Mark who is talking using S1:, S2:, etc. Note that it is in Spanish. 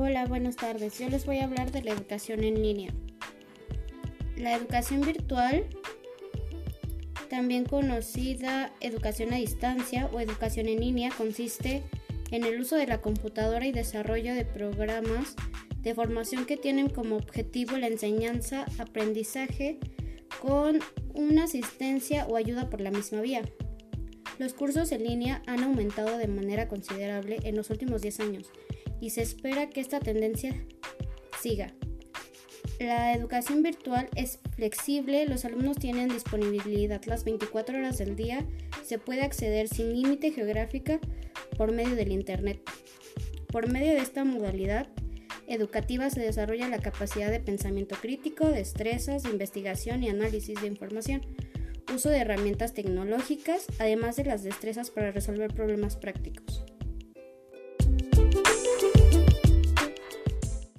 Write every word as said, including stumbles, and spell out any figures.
S1: Hola, buenas tardes. Yo les voy a hablar de la educación en línea. La educación virtual, también conocida educación a distancia o educación en línea, consiste en el uso de la computadora y desarrollo de programas de formación que tienen como objetivo la enseñanza, aprendizaje con una asistencia o ayuda por la misma vía. Los cursos en línea han aumentado de manera considerable en los últimos diez años y se espera que esta tendencia siga. La educación virtual es flexible, los alumnos tienen disponibilidad las veinticuatro horas del día, se puede acceder sin límite geográfico por medio del Internet. Por medio de esta modalidad educativa se desarrolla la capacidad de pensamiento crítico, destrezas de investigación y análisis de información, uso de herramientas tecnológicas, además de las destrezas para resolver problemas prácticos.